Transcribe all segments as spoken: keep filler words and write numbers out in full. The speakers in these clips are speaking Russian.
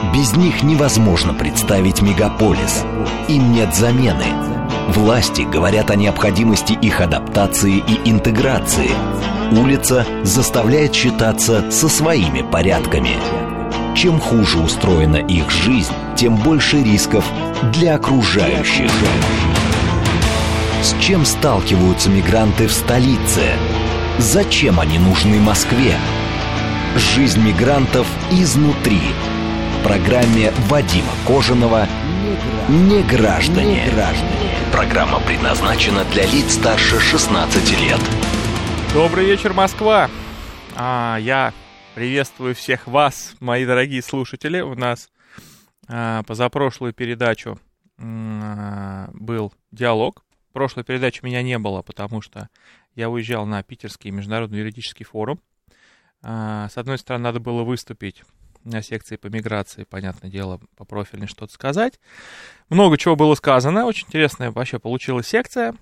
Без них невозможно представить мегаполис. Им нет замены. Власти говорят о необходимости их адаптации и интеграции. Улица заставляет считаться со своими порядками. Чем хуже устроена их жизнь, тем больше рисков для окружающих. С чем сталкиваются мигранты в столице? Зачем они нужны Москве? Жизнь мигрантов изнутри. В программе Вадима Кожаного «Неграждане». Программа предназначена для лиц старше шестнадцати лет. Добрый вечер, Москва! А, я приветствую всех вас, мои дорогие слушатели. У нас а, позапрошлую передачу а, был диалог. В прошлой передаче меня не было, потому что я уезжал на Питерский международный юридический форум. А, с одной стороны, надо было выступить на секции по миграции, понятное дело, по профильной что-то сказать. Много чего было сказано, очень интересная вообще получилась секция.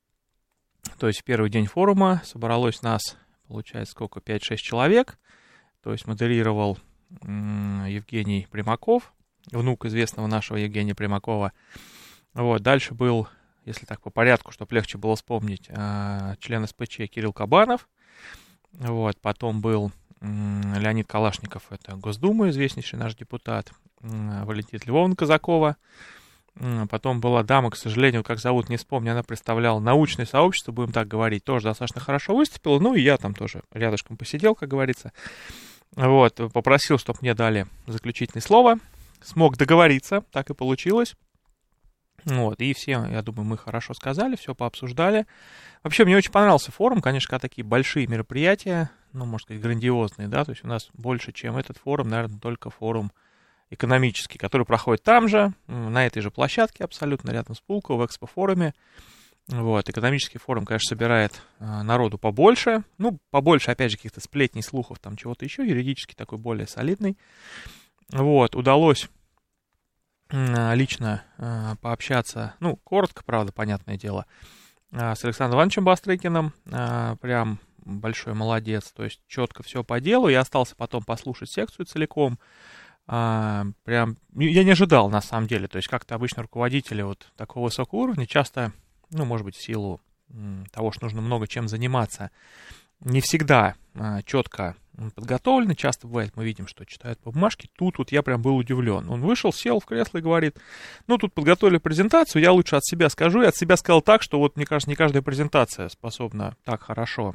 То есть в первый день форума собралось нас, получается, сколько, пять-шесть человек. То есть модерировал м- Евгений Примаков, внук известного нашего Евгения Примакова. Вот, дальше был, если так по порядку, чтобы легче было вспомнить, э- член эс пэ че Кирилл Кабанов. Вот, потом был Леонид Калашников, это Госдума, известнейший наш депутат, Валентина Львовна Казакова. Потом была дама, к сожалению, как зовут, не вспомню, она представляла научное сообщество, будем так говорить, тоже достаточно хорошо выступила. Ну и я там тоже рядышком посидел, как говорится. Вот, попросил, чтобы мне дали заключительное слово. Смог договориться, так и получилось. Вот, и все, я думаю, мы хорошо сказали, все пообсуждали. Вообще, мне очень понравился форум, конечно, когда такие большие мероприятия, ну, можно сказать, грандиозные, да, то есть у нас больше, чем этот форум, наверное, только форум экономический, который проходит там же, на этой же площадке абсолютно, рядом с Пулково, в экспофоруме. Вот, экономический форум, конечно, собирает а, народу побольше, ну, побольше, опять же, каких-то сплетней, слухов, там чего-то еще, юридически такой более солидный. Вот, удалось а, лично а, пообщаться, ну, коротко, правда, понятное дело, а, с Александром Ивановичем Бастрыкиным, а, прям большой молодец, то есть четко все по делу. Я остался потом послушать секцию целиком. А, прям, я не ожидал, на самом деле, то есть как-то обычно руководители вот такого высокого уровня часто, ну, может быть, в силу м, того, что нужно много чем заниматься, не всегда а, четко подготовлены. Часто бывает, мы видим, что читают по бумажке. Тут вот я прям был удивлен. Он вышел, сел в кресло и говорит: ну, тут подготовили презентацию, я лучше от себя скажу. И от себя сказал так, что вот, мне кажется, не каждая презентация способна так хорошо,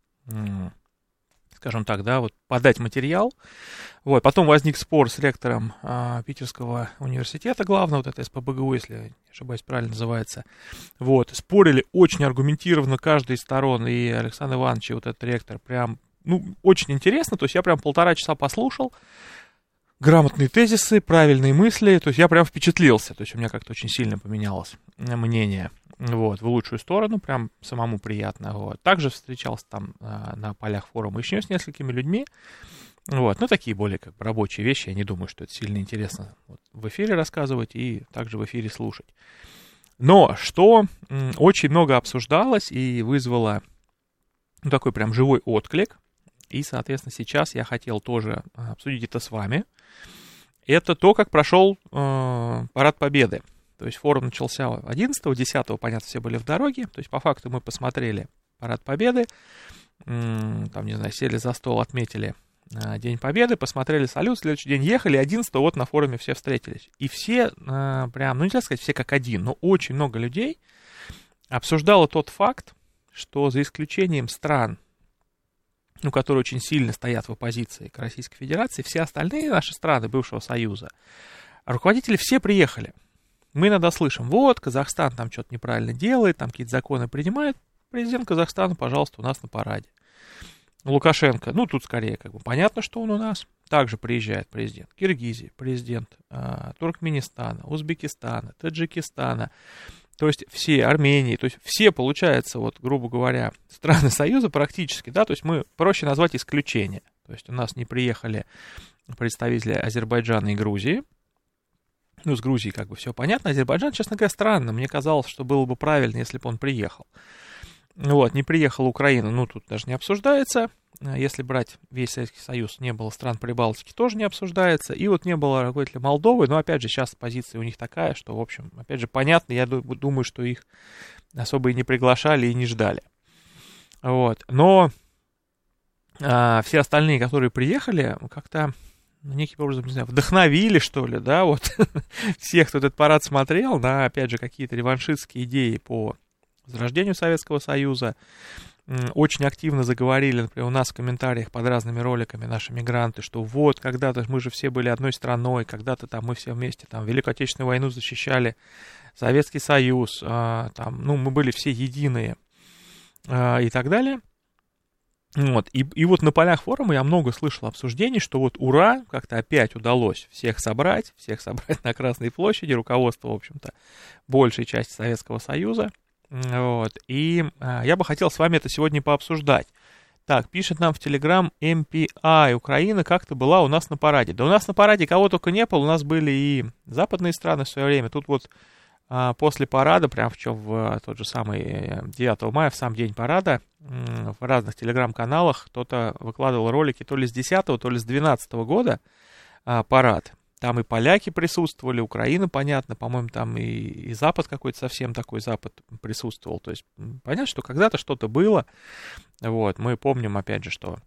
скажем так, да, вот подать материал. Вот, потом возник спор с ректором а, Питерского университета главного, вот это эс пэ бэ гэ у, если я не ошибаюсь, правильно называется. Вот, спорили очень аргументированно каждой из сторон, и Александр Иванович, и вот этот ректор, прям, ну, очень интересно, то есть я прям полтора часа послушал, грамотные тезисы, правильные мысли, то есть я прям впечатлился, то есть у меня как-то очень сильно поменялось мнение. Вот, в лучшую сторону, прям самому приятно. Вот. Также встречался там а, на полях форума еще с несколькими людьми. Вот, ну, такие более как бы рабочие вещи. Я не думаю, что это сильно интересно вот, в эфире рассказывать и также в эфире слушать. Но что м, очень много обсуждалось и вызвало ну, такой прям живой отклик. И, соответственно, сейчас я хотел тоже обсудить это с вами. Это то, как прошел э, Парад Победы. То есть форум начался одиннадцатого, десятого, понятно, все были в дороге. То есть по факту мы посмотрели Парад Победы, там, не знаю, сели за стол, отметили День Победы, посмотрели салют, следующий день ехали, одиннадцатого вот на форуме все встретились. И все прям, ну нельзя сказать все как один, но очень много людей обсуждало тот факт, что за исключением стран, ну, которые очень сильно стоят в оппозиции к Российской Федерации, все остальные наши страны бывшего Союза, руководители все приехали. Мы иногда слышим, вот, Казахстан там что-то неправильно делает, там какие-то законы принимает. Президент Казахстана, пожалуйста, у нас на параде. Лукашенко, ну, тут скорее как бы понятно, что он у нас. Также приезжает президент Киргизии, президент а, Туркменистана, Узбекистана, Таджикистана. То есть все, Армении, то есть все, получается, вот, грубо говоря, страны Союза практически, да, то есть мы проще назвать исключение. То есть у нас не приехали представители Азербайджана и Грузии. Ну, с Грузией как бы все понятно. Азербайджан, честно говоря, странно. Мне казалось, что было бы правильно, если бы он приехал. Вот, не приехала Украина, ну, тут даже не обсуждается. если брать весь Советский Союз, не было стран Прибалтики, тоже не обсуждается. И вот не было руководителя Молдовы, но, опять же, сейчас позиция у них такая, что, в общем, опять же, понятно, я думаю, что их особо и не приглашали, и не ждали. Вот. Но а, все остальные, которые приехали, как-то неким образом, не знаю, вдохновили, что ли, да, вот всех, кто этот парад смотрел, на, опять же, какие-то реваншистские идеи по возрождению Советского Союза. Очень активно заговорили, например, у нас в комментариях под разными роликами наши мигранты, что вот, когда-то мы же все были одной страной, когда-то там мы все вместе там Великую Отечественную войну защищали, Советский Союз, а, там, ну, мы были все единые а, и так далее. Вот. И, и вот на полях форума я много слышал обсуждений, что вот ура, как-то опять удалось всех собрать, всех собрать на Красной площади, руководство, в общем-то, большей части Советского Союза. Вот. И а, я бы хотел с вами это сегодня пообсуждать. Так, пишет нам в Телеграм эм пи ай Украина как-то была у нас на параде. Да у нас на параде кого только не было, у нас были и западные страны в свое время. Тут вот а, после парада, прям в чем в тот же самый девятого мая, в сам день парада, в разных телеграм-каналах кто-то выкладывал ролики то ли с десятого, то ли с двенадцатого года а, парад. Там и поляки присутствовали, Украина, понятно, по-моему, там и, и Запад какой-то совсем такой Запад присутствовал. То есть понятно, что когда-то что-то было. Вот, мы помним, опять же, что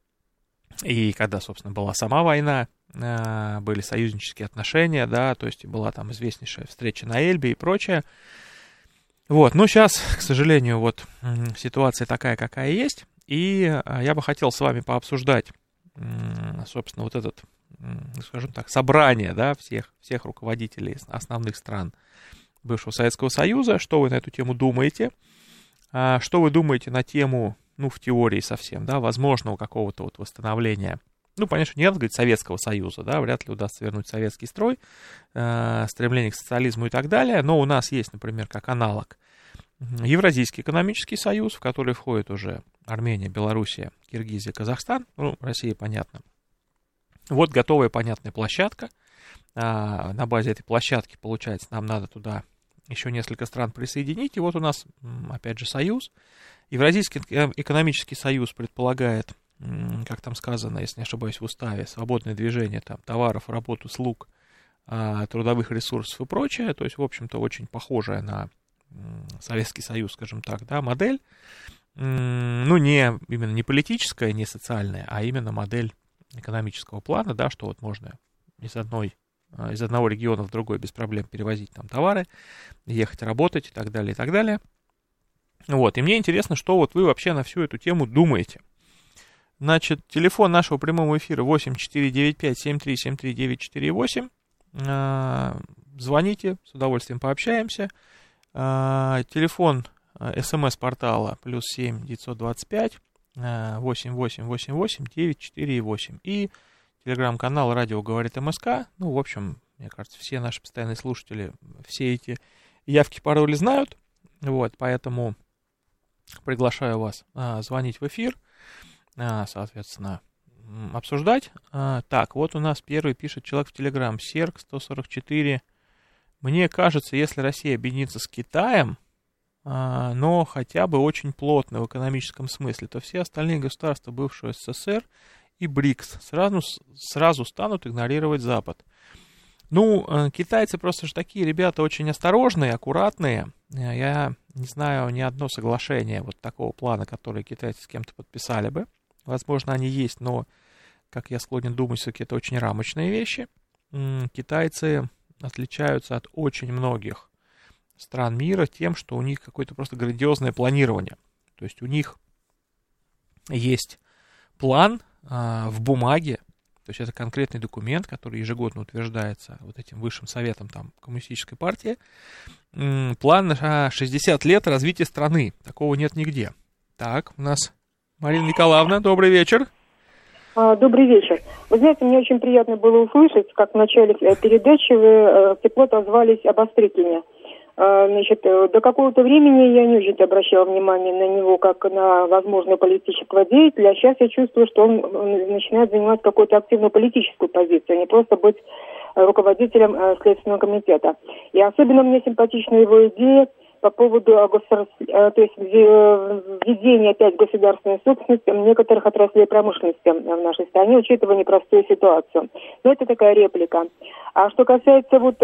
и когда, собственно, была сама война, были союзнические отношения, да, то есть была там известнейшая встреча на Эльбе и прочее. Вот, ну сейчас, к сожалению, вот ситуация такая, какая есть. И я бы хотел с вами пообсуждать, собственно, вот этот, скажем так, собрание, да, всех, всех руководителей основных стран бывшего Советского Союза. Что вы на эту тему думаете? Что вы думаете на тему, ну, в теории совсем, да, возможного какого-то вот восстановления, ну, понятно, что не надо говорить Советского Союза, да, вряд ли удастся вернуть советский строй, стремление к социализму и так далее, но у нас есть, например, как аналог Евразийский экономический союз, в который входит уже Армения, Белоруссия, Киргизия, Казахстан, ну, Россия, понятно. Вот готовая, понятная площадка. А, на базе этой площадки, получается, нам надо туда еще несколько стран присоединить. И вот у нас, опять же, союз. Евразийский экономический союз предполагает, как там сказано, если не ошибаюсь, в уставе, свободное движение там, товаров, работ, услуг, а, трудовых ресурсов и прочее. То есть, в общем-то, очень похожая на Советский Союз, скажем так, да, модель. Ну, не именно не политическая, не социальная, а именно модель экономического плана, да, что вот можно из одной, из одного региона в другой без проблем перевозить там товары, ехать работать и так далее, и так далее. Вот, и мне интересно, что вот вы вообще на всю эту тему думаете. Значит, телефон нашего прямого эфира восемь четыре девять пять семь три семь три девять четыре восемь. Звоните, с удовольствием пообщаемся. Телефон СМС-портала плюс семь девятьсот двадцать пять восемь восемь восемь восемь девять четыре восемь. И телеграм-канал «Радио говорит МСК». Ну, в общем, мне кажется, все наши постоянные слушатели все эти явки, пароли знают. Вот, поэтому приглашаю вас а, звонить в эфир, а, соответственно, обсуждать. А, так, вот у нас первый пишет человек в телеграм, Серк сто сорок четыре. Мне кажется, если Россия объединится с Китаем, но хотя бы очень плотно в экономическом смысле, то все остальные государства бывшего СССР и БРИКС сразу, сразу станут игнорировать Запад. Ну, китайцы просто же такие ребята очень осторожные, аккуратные. Я не знаю ни одно соглашение вот такого плана, которое китайцы с кем-то подписали бы. Возможно, они есть, но, как я склонен думать, все-таки это очень рамочные вещи. Китайцы отличаются от очень многих стран мира тем, что у них какое-то просто грандиозное планирование. То есть у них есть план а, в бумаге, то есть это конкретный документ, который ежегодно утверждается вот этим высшим советом там, коммунистической партии. М-м, план на шестьдесят лет развития страны. Такого нет нигде. Так, у нас Марина Николаевна, добрый вечер. Добрый вечер. Вы знаете, мне очень приятно было услышать, как в начале передачи вы тепло отозвались об Острыкине. Значит, до какого-то времени я не очень обращала внимание на него как на возможного политического деятеля, а сейчас я чувствую, что он начинает занимать какую-то активную политическую позицию, а не просто быть руководителем Следственного комитета. И особенно мне симпатична его идея по поводу государ... то есть введения опять государственной собственности некоторых отраслей промышленности в нашей стране, учитывая непростую ситуацию. Но это такая реплика. А что касается вот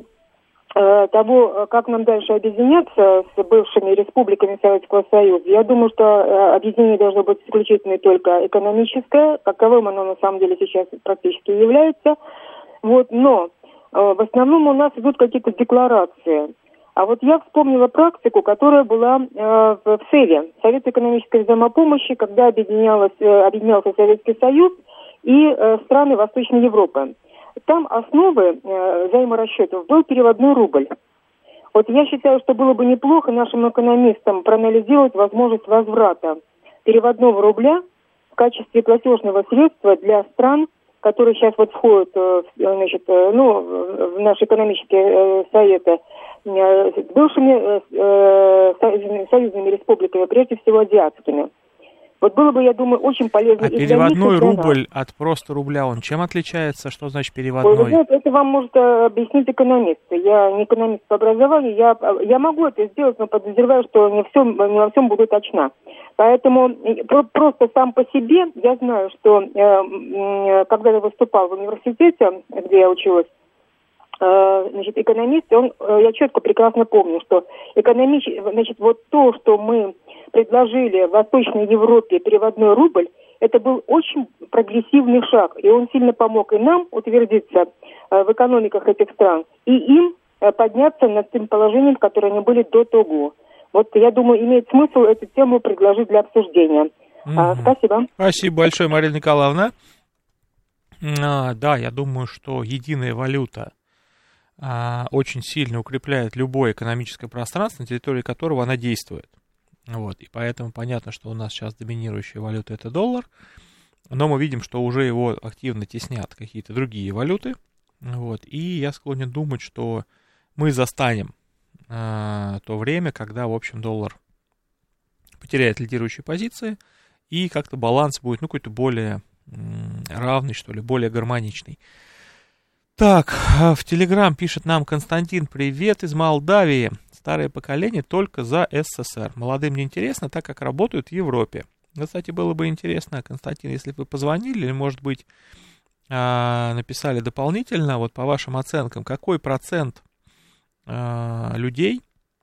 того, как нам дальше объединяться с бывшими республиками Советского Союза, я думаю, что объединение должно быть исключительно только экономическое, каковым оно на самом деле сейчас практически является. Вот, но в основном у нас идут какие-то декларации. А вот я вспомнила практику, которая была в СЭВе, Совет экономической взаимопомощи, когда объединялась, объединялся Советский Союз и страны Восточной Европы. Там основой э, взаиморасчетов был переводной рубль. Вот я считаю, что было бы неплохо нашим экономистам проанализировать возможность возврата переводного рубля в качестве платежного средства для стран, которые сейчас вот входят э, значит, э, ну, в наши экономические э, советы, э, с бывшими э, союзными, союзными республиками, прежде всего азиатскими. Вот было бы, я думаю, очень полезно. А переводной рубль от просто рубля, он чем отличается? Что значит переводной? Вы знаете, это вам может объяснить экономист. Я не экономист по образованию, я, я могу это сделать, но подозреваю, что не, все, не во всем буду точна. Поэтому просто сам по себе я знаю, что э, когда я выступал в университете, где я училась, значит, экономист, он, я четко прекрасно помню, что экономич... значит, вот то, что мы предложили в Восточной Европе переводной рубль, это был очень прогрессивный шаг, и он сильно помог и нам утвердиться в экономиках этих стран, и им подняться над тем положением, в котором они были до того. Вот, я думаю, имеет смысл эту тему предложить для обсуждения. Mm-hmm. А, спасибо. Спасибо большое, Марина Николаевна. А, да, я думаю, что единая валюта очень сильно укрепляет любое экономическое пространство, на территории которого она действует. Вот. И поэтому понятно, что у нас сейчас доминирующая валюта — это доллар, но мы видим, что уже его активно теснят какие-то другие валюты. Вот. И я склонен думать, что мы застанем э, то время, когда, в общем, доллар потеряет лидирующие позиции, и как-то баланс будет, ну, какой-то более э, равный, что ли, более гармоничный. Так, в Телеграм пишет нам Константин: привет из Молдавии. Старое поколение только за СССР. Молодым не интересно, так как работают в Европе. Кстати, было бы интересно, Константин, если бы вы позвонили, или, может быть, написали дополнительно, вот по вашим оценкам, какой процент людей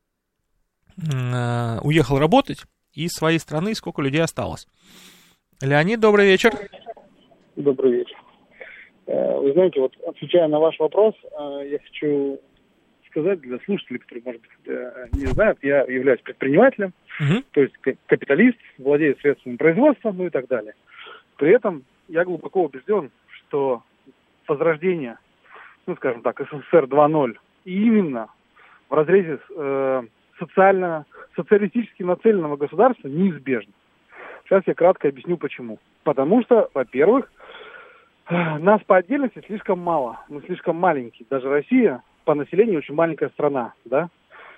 уехал работать из своей страны, и сколько людей осталось. Леонид, добрый вечер. Добрый вечер. Вы знаете, вот отвечая на ваш вопрос, я хочу сказать для слушателей, которые, может быть, не знают, я являюсь предпринимателем, uh-huh. то есть капиталист, владею средствами производства, ну и так далее. При этом я глубоко убежден, что возрождение, ну, скажем так, СССР два ноль, именно в разрезе э, социально, социалистически нацеленного государства неизбежно. Сейчас я кратко объясню, почему. Потому что, во-первых, нас по отдельности слишком мало, мы слишком маленькие. Даже Россия по населению очень маленькая страна, да.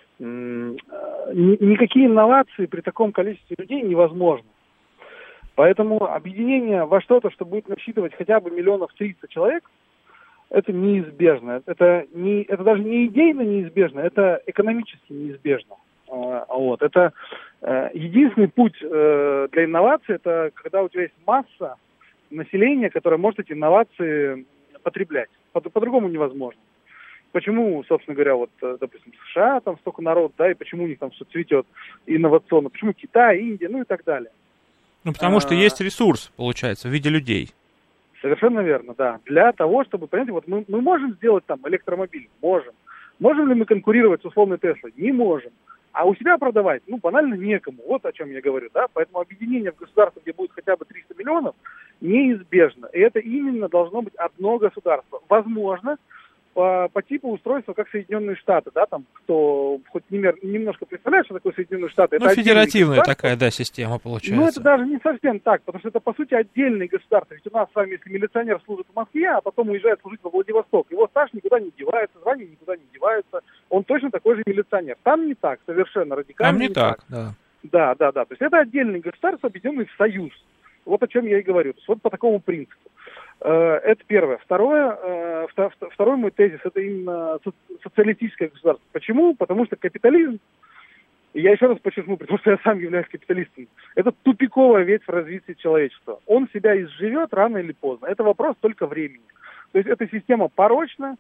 Никакие инновации при таком количестве людей невозможны. Поэтому объединение во что-то, что будет насчитывать хотя бы миллионов триста человек, это неизбежно. Это, не, это даже не идейно неизбежно, это экономически неизбежно. Вот. Это единственный путь для инноваций, это когда у тебя есть масса населения, которое может эти инновации потреблять. По- по-другому невозможно. Почему, собственно говоря, вот, допустим, США, там столько народ, да, и почему у них там все цветет инновационно, почему Китай, Индия, ну и так далее. Ну, потому а- что есть ресурс, получается, в виде людей. Совершенно верно, да. Для того, чтобы, понимаете, вот мы, мы можем сделать там электромобиль? Можем. Можем ли мы конкурировать с условной Теслой? Не можем. А у себя продавать, ну, банально некому. Вот о чем я говорю, да. Поэтому объединение в государство, где будет хотя бы триста миллионов, неизбежно. И это именно должно быть одно государство. Возможно, по, по типу устройства, как Соединенные Штаты, да, там, кто хоть немножко представляет, что такое Соединенные Штаты. Ну, это федеративная такая, да, система получается. Ну, это даже не совсем так, потому что это, по сути, отдельные государства. Ведь у нас с вами, если милиционер служит в Москве, а потом уезжает служить во Владивосток, его стаж никуда не девается, звания никуда не деваются, он точно такой же милиционер. Там не так, совершенно радикально. Там не, не так, так, да. Да, да, да. То есть это отдельные государства, объединенные в союз. Вот о чем я и говорю. То есть вот по такому принципу. Это первое. Второе, второй мой тезис, это именно социалистическое государство. Почему? Потому что капитализм И я еще раз подчеркну, потому что я сам являюсь капиталистом, это тупиковая ветвь в развитии человечества. Он себя изживет рано или поздно. Это вопрос только времени. То есть эта система порочна.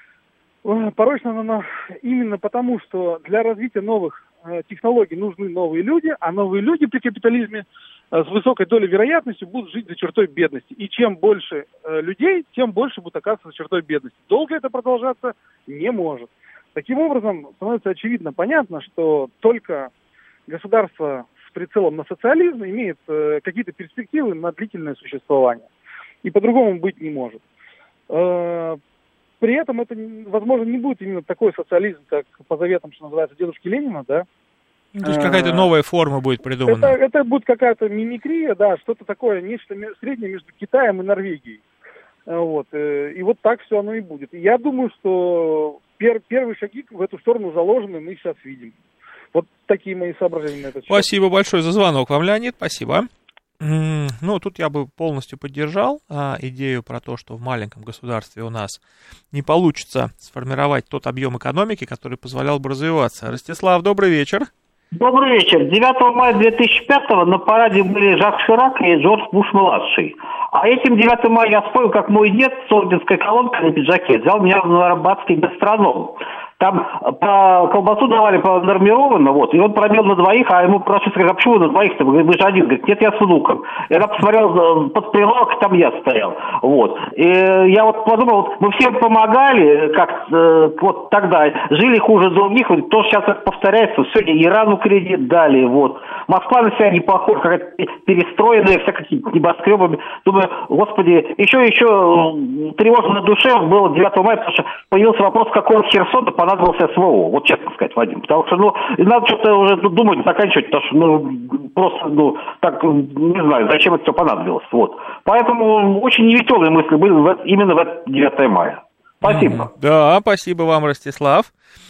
Порочна она именно потому, что для развития новых э, технологий нужны новые люди, а новые люди при капитализме э, с высокой долей вероятности будут жить за чертой бедности. И чем больше э, людей, тем больше будут оказываться за чертой бедности. Долго это продолжаться не может. Таким образом, становится очевидно, понятно, что только государство с прицелом на социализм имеет э, какие-то перспективы на длительное существование. И по-другому быть не может. Э, при этом это, возможно, не будет именно такой социализм, как по заветам, что называется, дедушки Ленина, да? То есть какая-то новая форма будет придумана. Это, это будет какая-то мимикрия, да, что-то такое, нечто среднее между Китаем и Норвегией. Вот. И вот так все оно и будет. И я думаю, что пер, первые шаги в эту сторону заложены, мы сейчас видим. Вот такие мои соображения на этот счет. Спасибо большое за звонок вам, Леонид, спасибо. Ну, тут я бы полностью поддержал а, идею про то, что в маленьком государстве у нас не получится сформировать тот объем экономики, который позволял бы развиваться. Ростислав, добрый вечер. Добрый вечер. девятого мая две тысячи пятого на параде были Жак Ширак и Джордж Буш-младший. А этим девятого мая я вспомнил, как мой дед с орденской колонкой на пиджаке взял меня в новоарбатский гастроном. Там по колбасу давали по нормированно, вот, и он пробил на двоих, а ему спрашивают, а почему на двоих-то? Вы же один. Говорит, нет, я с внуком. Я посмотрел под прилавок, там я стоял, вот. И я вот подумал, вот, мы всем помогали, как э, вот тогда, жили хуже других, вот, то сейчас это повторяется, сегодня Ирану кредит дали, вот. Москва на себя не похожа, какая-то перестроенная, вся какие-то небоскребами. Думаю, господи, еще, еще тревожно на душе было девятого мая, потому что появился вопрос, какого Херсона понадобился СВО, вот честно сказать, Вадим. Потому что, ну, надо что-то уже думать, заканчивать, потому что, ну, просто, ну, так, не знаю, зачем это все понадобилось, вот. Поэтому очень невеселые мысли были в, именно в это девятое мая. Спасибо. Да, спасибо вам, Ростислав.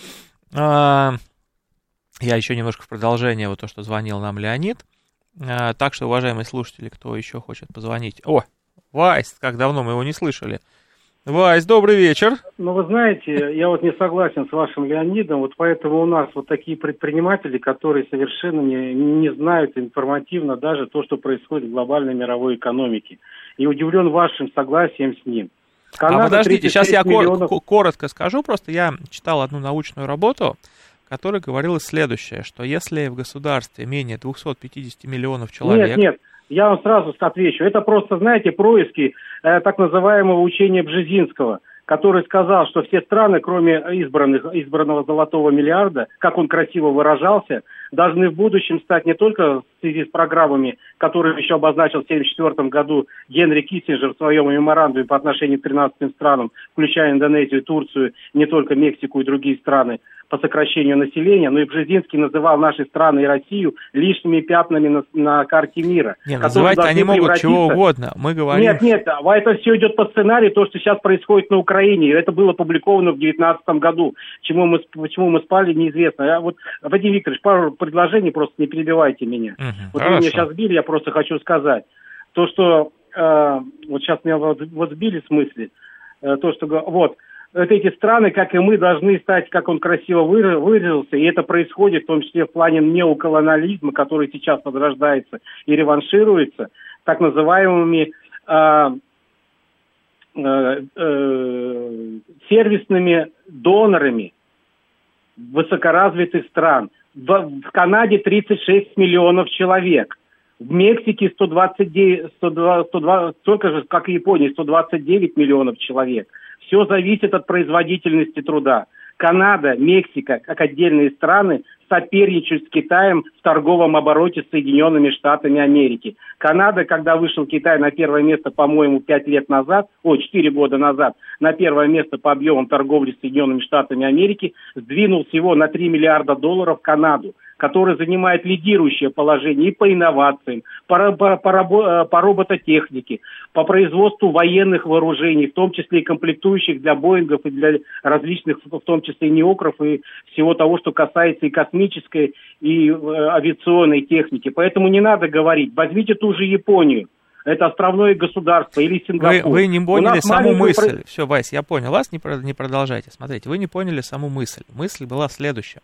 А, я еще немножко в продолжение вот то, что звонил нам Леонид. А, так что, уважаемые слушатели, кто еще хочет позвонить? О, Вайс, как давно мы его не слышали. Вайс, добрый вечер. Ну, вы знаете, я вот не согласен с вашим Леонидом, вот поэтому у нас вот такие предприниматели, которые совершенно не, не знают информативно даже то, что происходит в глобальной мировой экономике. И удивлен вашим согласием с ним. Канада, а подождите, сейчас я миллионов... кор- коротко скажу, просто я читал одну научную работу, которая говорила следующее, что если в государстве менее двести пятьдесят миллионов человек... Нет, нет. Я вам сразу отвечу. Это просто, знаете, происки э, так называемого учения Бжезинского, который сказал, что все страны, кроме избранных, избранного золотого миллиарда, как он красиво выражался, должны в будущем стать не только в связи с программами, которые еще обозначил в тысяча девятьсот семьдесят четвёртом году Генри Киссинджер в своем меморандуме по отношению к тринадцати странам, включая Индонезию, Турцию, не только Мексику и другие страны, по сокращению населения, но и Бжезинский называл наши страны и Россию лишними пятнами на, на карте мира. Не, называть они могут чего угодно, мы говорим... Нет, нет, это все идет по сценарию, то, что сейчас происходит на Украине, это было опубликовано в две тысячи девятнадцатом году, чему мы, почему мы спали, неизвестно. Я вот, Вадим Викторович, пару предложений, просто не перебивайте меня. Угу, вот хорошо. Вы меня сейчас сбили, я просто хочу сказать. То, что, э, вот сейчас меня вот, вот сбили с мысли, э, то, что, вот, вот эти страны, как и мы, должны стать, как он красиво выразился, и это происходит в том числе в плане неоколониализма, который сейчас возрождается и реваншируется, так называемыми э, э, э, сервисными донорами высокоразвитых стран. В, в Канаде тридцать шесть миллионов человек. В Мексике сто двадцать девять, сто двадцать, сто двадцать, столько же, как и Японии, сто двадцать девять миллионов человек. Все зависит от производительности труда. Канада, Мексика, как отдельные страны, соперничают с Китаем в торговом обороте с Соединенными Штатами Америки. Канада, когда вышел Китай на первое место, по-моему, пять лет назад, о, четыре года назад, на первое место по объемам торговли с Соединенными Штатами Америки, сдвинул всего на три миллиарда долларов Канаду, который занимает лидирующее положение и по инновациям, по, по, по, по робототехнике, по производству военных вооружений, в том числе и комплектующих для Боингов и для различных, в том числе и неокров, и всего того, что касается и космической, и э, авиационной техники. Поэтому не надо говорить, возьмите ту же Японию. Это островное государство или Сингапур. Вы, вы не поняли саму мысль. Про... Все, Вась, я понял. Вас не, не продолжайте. Смотрите, вы не поняли саму мысль. Мысль была следующая,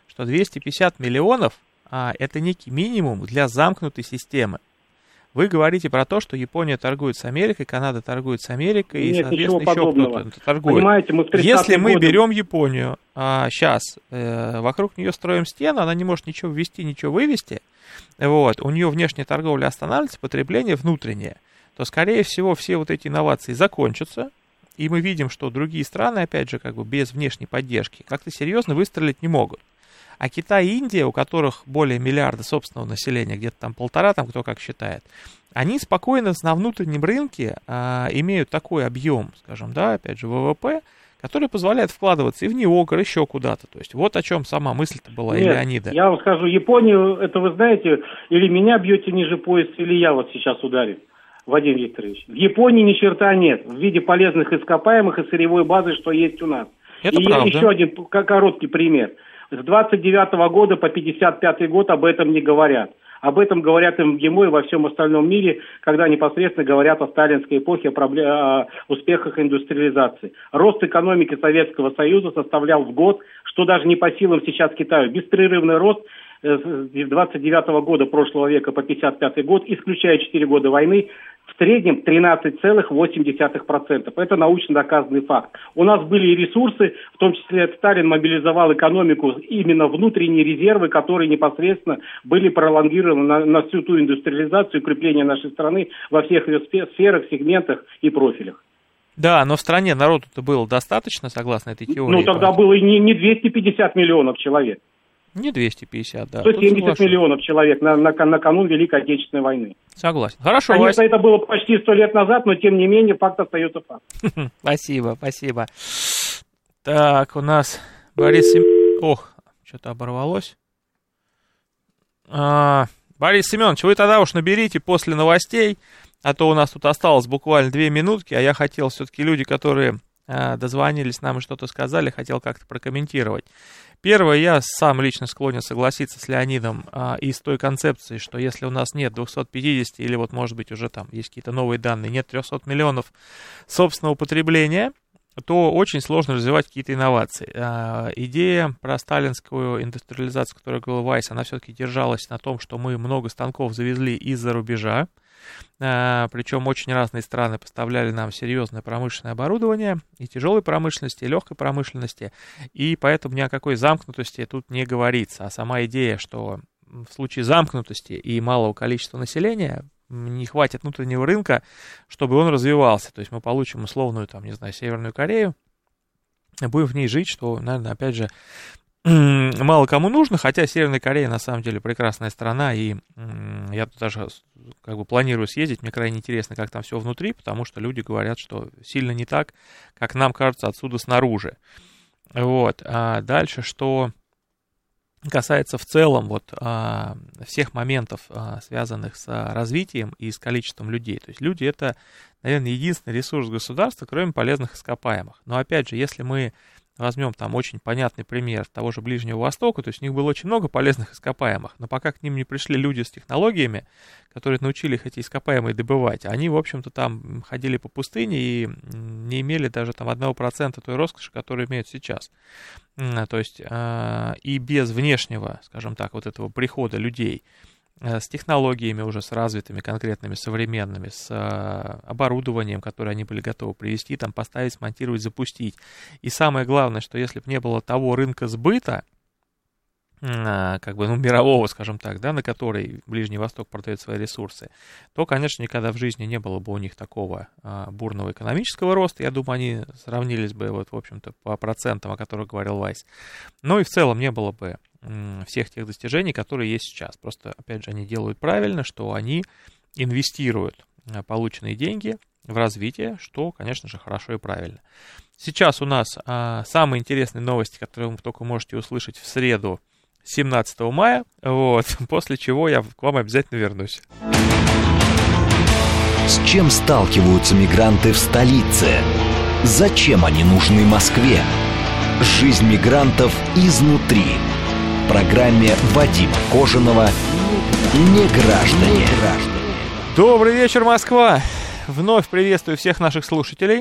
что двести пятьдесят миллионов а, это некий минимум для замкнутой системы. Вы говорите про то, что Япония торгует с Америкой, Канада торгует с Америкой, Нет, и, соответственно, еще кто-то торгует. Понимаете, мы в Если мы годы... берем Японию а, сейчас, э, вокруг нее строим стену, она не может ничего ввести, ничего вывести, вот, у нее внешняя торговля останавливается, потребление внутреннее, то, скорее всего, все вот эти инновации закончатся, и мы видим, что другие страны, опять же, как бы без внешней поддержки, как-то серьезно выстрелить не могут. А Китай и Индия, у которых более миллиарда собственного населения, где-то там полтора, там кто как считает, они спокойно на внутреннем рынке а, имеют такой объем, скажем, да, опять же, ВВП, который позволяет вкладываться и в НИОКР, еще куда-то. То есть вот о чем сама мысль-то была, Нет, и Леонида. Я вам скажу, Японию, это вы знаете, или меня бьете ниже пояса, или я вот сейчас ударю, Вадим Викторович. В Японии ни черта нет в виде полезных ископаемых и сырьевой базы, что есть у нас. Это и правда. еще один короткий пример. С двадцать девятого года по пятьдесят пятый год об этом не говорят. Об этом говорят и в МГИМО, и во всем остальном мире, когда непосредственно говорят о сталинской эпохе, о, проблем... о успехах индустриализации. Рост экономики Советского Союза составлял в год, что даже не по силам сейчас Китаю, беспрерывный рост с двадцать девятого года прошлого века по пятьдесят пятый год, исключая четыре года войны, в среднем тринадцать целых восемь десятых процента. Это научно доказанный факт. У нас были и ресурсы, в том числе Сталин мобилизовал экономику, именно внутренние резервы, которые непосредственно были пролонгированы на, на всю ту индустриализацию и укрепление нашей страны во всех ее сферах, сегментах и профилях. Да, но в стране народу-то было достаточно, согласно этой теории. Ну, тогда было и не, не двести пятьдесят миллионов человек. Не двести пятьдесят, да. сто семьдесят миллионов человек на, на, на канун Великой Отечественной войны. Согласен. Хорошо, Конечно, Вась. это было почти сто лет назад, но тем не менее факт остается фактом. Спасибо, спасибо. Так, у нас Борис Семенович... Ох, что-то оборвалось. А, Борис Семенович, вы тогда уж наберите после новостей, а то у нас тут осталось буквально две минутки, а я хотел все-таки люди, которые а, дозвонились нам и что-то сказали, хотел как-то прокомментировать. Первое, я сам лично склонен согласиться с Леонидом а, и с той концепцией, что если у нас нет двухсот пятидесяти, или вот, может быть, уже там есть какие-то новые данные, нет трехсот миллионов собственного потребления, то очень сложно развивать какие-то инновации. А, идея про сталинскую индустриализацию, которую говорил Вайс, она все-таки держалась на том, что мы много станков завезли из-за рубежа, а, причем очень разные страны поставляли нам серьезное промышленное оборудование, и тяжелой промышленности, и легкой промышленности, и поэтому ни о какой замкнутости тут не говорится. А сама идея, что в случае замкнутости и малого количества населения не хватит внутреннего рынка, чтобы он развивался. То есть мы получим условную, там, не знаю, Северную Корею, будем в ней жить, что, наверное, опять же, мало кому нужно, хотя Северная Корея на самом деле прекрасная страна, и я тут даже как бы планирую съездить, мне крайне интересно, как там все внутри, потому что люди говорят, что сильно не так, как нам кажется отсюда снаружи. Вот, а дальше, что касается в целом вот а, всех моментов, а, связанных с а, развитием и с количеством людей. То есть люди — это, наверное, единственный ресурс государства, кроме полезных ископаемых. Но опять же, если мы возьмем там очень понятный пример того же Ближнего Востока, то есть у них было очень много полезных ископаемых, но пока к ним не пришли люди с технологиями, которые научили их эти ископаемые добывать, они, в общем-то, там ходили по пустыне и не имели даже там одного процента той роскоши, которую имеют сейчас. То есть и без внешнего, скажем так, вот этого прихода людей с технологиями уже, с развитыми, конкретными, современными, с оборудованием, которое они были готовы привезти, там, поставить, смонтировать, запустить. И самое главное, что если бы не было того рынка сбыта, как бы, ну, мирового, скажем так, да, на который Ближний Восток продает свои ресурсы, то, конечно, никогда в жизни не было бы у них такого а, бурного экономического роста. Я думаю, они сравнились бы, вот, в общем-то, по процентам, о которых говорил Вайс. Но и в целом не было бы м, всех тех достижений, которые есть сейчас. Просто, опять же, они делают правильно, что они инвестируют а, полученные деньги в развитие, что, конечно же, хорошо и правильно. Сейчас у нас а, самые интересные новости, которые вы только можете услышать в среду, семнадцатого мая, вот, после чего я к вам обязательно вернусь. С чем сталкиваются мигранты в столице? Зачем они нужны Москве? Жизнь мигрантов изнутри. В программе Вадима Кожаного «Неграждане». Добрый вечер, Москва! Вновь приветствую всех наших слушателей.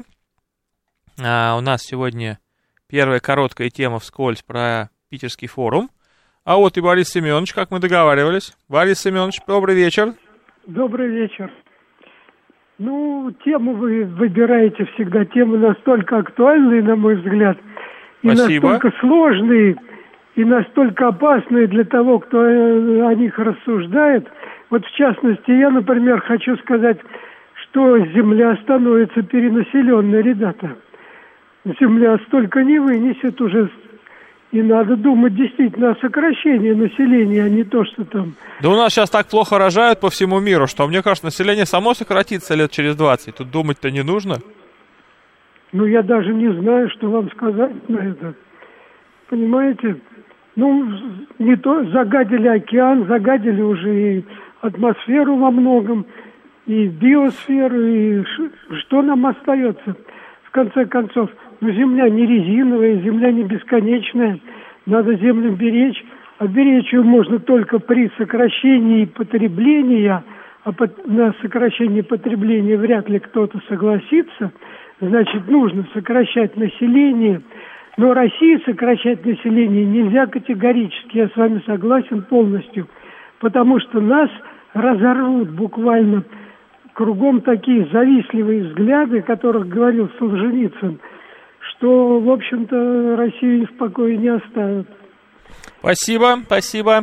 А, у нас сегодня первая короткая тема вскользь про Питерский форум. А вот и Борис Семенович, как мы договаривались. Борис Семенович, добрый вечер. Добрый вечер. Ну, тему вы выбираете всегда, темы настолько актуальные, на мой взгляд, и Спасибо. настолько сложные, и настолько опасные для того, кто о них рассуждает. Вот в частности, я, например, хочу сказать, что Земля становится перенаселенной, ребята. Земля столько не вынесет уже. И надо думать действительно о сокращении населения, а не то, что там... Да у нас сейчас так плохо рожают по всему миру, что, мне кажется, население само сократится лет через двадцать. Тут думать-то не нужно. Ну, я даже не знаю, что вам сказать на это. Понимаете? Ну, не то, загадили океан, загадили уже и атмосферу во многом, и биосферу, и ш... что нам остается? В конце концов, ну, Земля не резиновая, Земля не бесконечная, надо Землю беречь, а беречь ее можно только при сокращении потребления, а под... на сокращение потребления вряд ли кто-то согласится, значит, нужно сокращать население, но России сокращать население нельзя категорически, я с вами согласен полностью, потому что нас разорвут буквально. Кругом такие завистливые взгляды, о которых говорил Солженицын, что, в общем-то, Россию в покое не оставят. Спасибо, спасибо.